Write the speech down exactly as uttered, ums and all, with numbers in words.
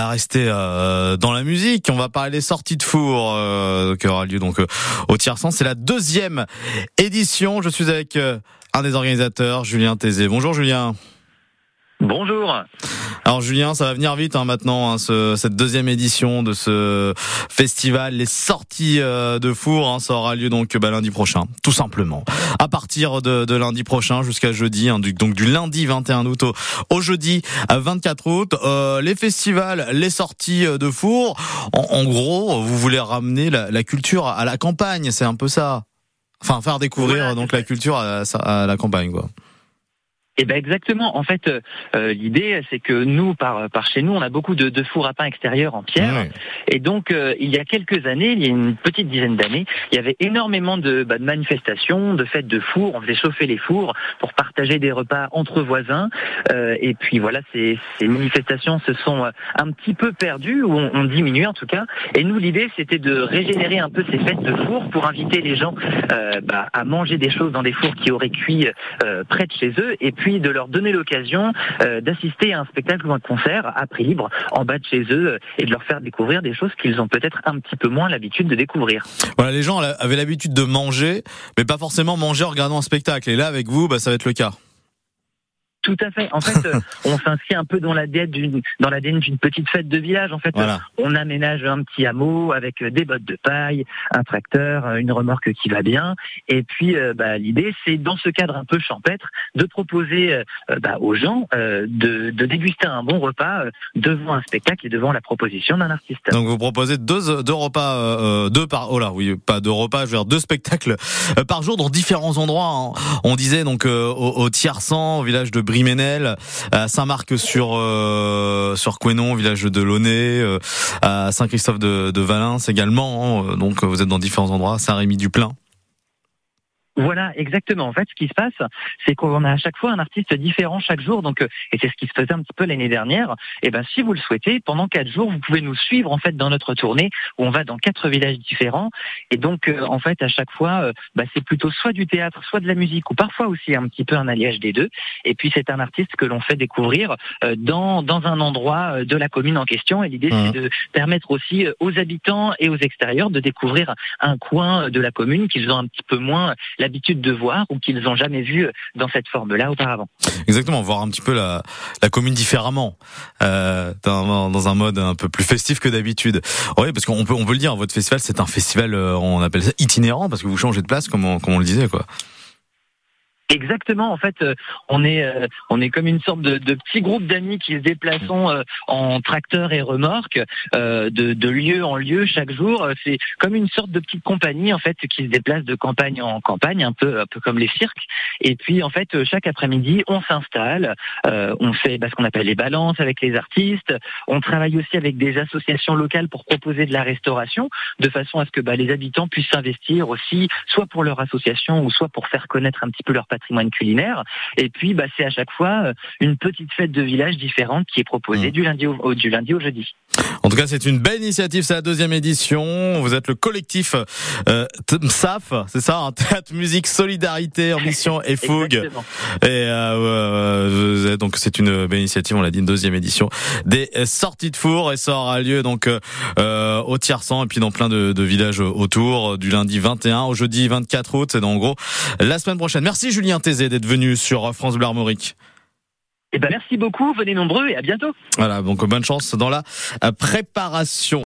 rester euh, dans la musique. On va parler des sorties de four euh, qui aura lieu donc euh, au Tiercent. C'est la deuxième édition. Je suis avec euh, un des organisateurs, Julien Tézé. Bonjour Julien. Bonjour. Alors Julien, ça va venir vite hein, maintenant, hein, ce, cette deuxième édition de ce festival, les sorties euh, de four, hein, ça aura lieu donc bah, lundi prochain, tout simplement. À partir de, de lundi prochain jusqu'à jeudi, hein, du, donc du lundi vingt et un août au, au jeudi vingt-quatre août, euh, les festivals, les sorties de four. En, en gros, vous voulez ramener la, la culture à la campagne, c'est un peu ça. Enfin, faire découvrir ouais, donc la culture à, à la campagne, quoi. Eh ben exactement. En fait, euh, l'idée, c'est que nous, par par chez nous, on a beaucoup de, de fours à pain extérieurs en pierre. Ouais. Et donc, euh, il y a quelques années, il y a une petite dizaine d'années, il y avait énormément de, bah, de manifestations, de fêtes de fours. On faisait chauffer les fours pour partager des repas entre voisins. Euh, et puis voilà, ces, ces manifestations se sont un petit peu perdues ou ont, ont diminué en tout cas. Et nous, l'idée, c'était de régénérer un peu ces fêtes de fours pour inviter les gens euh, bah, à manger des choses dans des fours qui auraient cuit euh, près de chez eux. Et puis de leur donner l'occasion euh, d'assister à un spectacle ou un concert à prix libre en bas de chez eux euh, et de leur faire découvrir des choses qu'ils ont peut-être un petit peu moins l'habitude de découvrir. Voilà, les gens avaient l'habitude de manger, mais pas forcément manger en regardant un spectacle. Et là, avec vous, bah, ça va être le cas. Tout à fait. En fait, on s'inscrit un peu dans l'A D N d'une, dans l'A D N d'une petite fête de village. En fait, voilà. On aménage un petit hameau avec des bottes de paille, un tracteur, une remorque qui va bien. Et puis, euh, bah, l'idée, c'est dans ce cadre un peu champêtre de proposer euh, bah, aux gens euh, de, de déguster un bon repas euh, devant un spectacle et devant la proposition d'un artiste. Donc, vous proposez deux, deux repas, euh, deux par, oh là, oui, pas deux repas, je veux dire deux spectacles euh, par jour dans différents endroits. Hein. On disait donc euh, au, au Tiercent, au village de Briménel, à Saint-Marc sur euh, sur Couesnon, village de Launay, euh, à Saint-Christophe de, de Valence également. Hein, donc vous êtes dans différents endroits, Saint-Rémy-du-Plain. Voilà, exactement. En fait, ce qui se passe, c'est qu'on a à chaque fois un artiste différent chaque jour. Donc, et c'est ce qui se faisait un petit peu l'année dernière. Et ben, si vous le souhaitez, pendant quatre jours, vous pouvez nous suivre en fait dans notre tournée où on va dans quatre villages différents. Et donc, euh, en fait, à chaque fois, euh, bah, c'est plutôt soit du théâtre, soit de la musique, ou parfois aussi un petit peu un alliage des deux. Et puis, c'est un artiste que l'on fait découvrir euh, dans dans un endroit de la commune en question. Et l'idée, mmh. c'est de permettre aussi aux habitants et aux extérieurs de découvrir un coin de la commune qu'ils ont un petit peu moins l'habitude de voir ou qu'ils n'ont jamais vu dans cette forme-là auparavant. Exactement, voir un petit peu la, la commune différemment, euh, dans, dans un mode un peu plus festif que d'habitude. Oui, parce qu'on peut, on peut le dire, votre festival, c'est un festival, on appelle ça itinérant, parce que vous changez de place, comme on, comme on le disait, quoi. Exactement. En fait, on est euh, on est comme une sorte de, de petit groupe d'amis qui se déplacent euh, en tracteur et remorque euh, de, de lieu en lieu chaque jour. C'est comme une sorte de petite compagnie en fait qui se déplace de campagne en campagne, un peu un peu comme les cirques. Et puis en fait, chaque après-midi, on s'installe, euh, on fait bah, ce qu'on appelle les balances avec les artistes. On travaille aussi avec des associations locales pour proposer de la restauration, de façon à ce que bah, les habitants puissent s'investir aussi, soit pour leur association ou soit pour faire connaître un petit peu leur patrimoine culinaire. Et puis, bah, c'est à chaque fois une petite fête de village différente qui est proposée mmh. du lundi au, au, du lundi au jeudi. En tout cas, c'est une belle initiative, c'est la deuxième édition. Vous êtes le collectif euh, T M S A F, c'est ça, hein, Théâtre, Musique, Solidarité, Ambition et Fougue. Exactement. Et euh, euh, donc c'est une belle initiative, on l'a dit, une deuxième édition des sorties de four, et ça aura lieu donc euh, au Tiercent et puis dans plein de, de villages autour, du lundi vingt et un au jeudi vingt-quatre août. C'est donc en gros la semaine prochaine. Merci Julien Tézé d'être venu sur France Bleu Armorique. Eh ben merci beaucoup, venez nombreux et à bientôt. Voilà, donc bonne chance dans la préparation.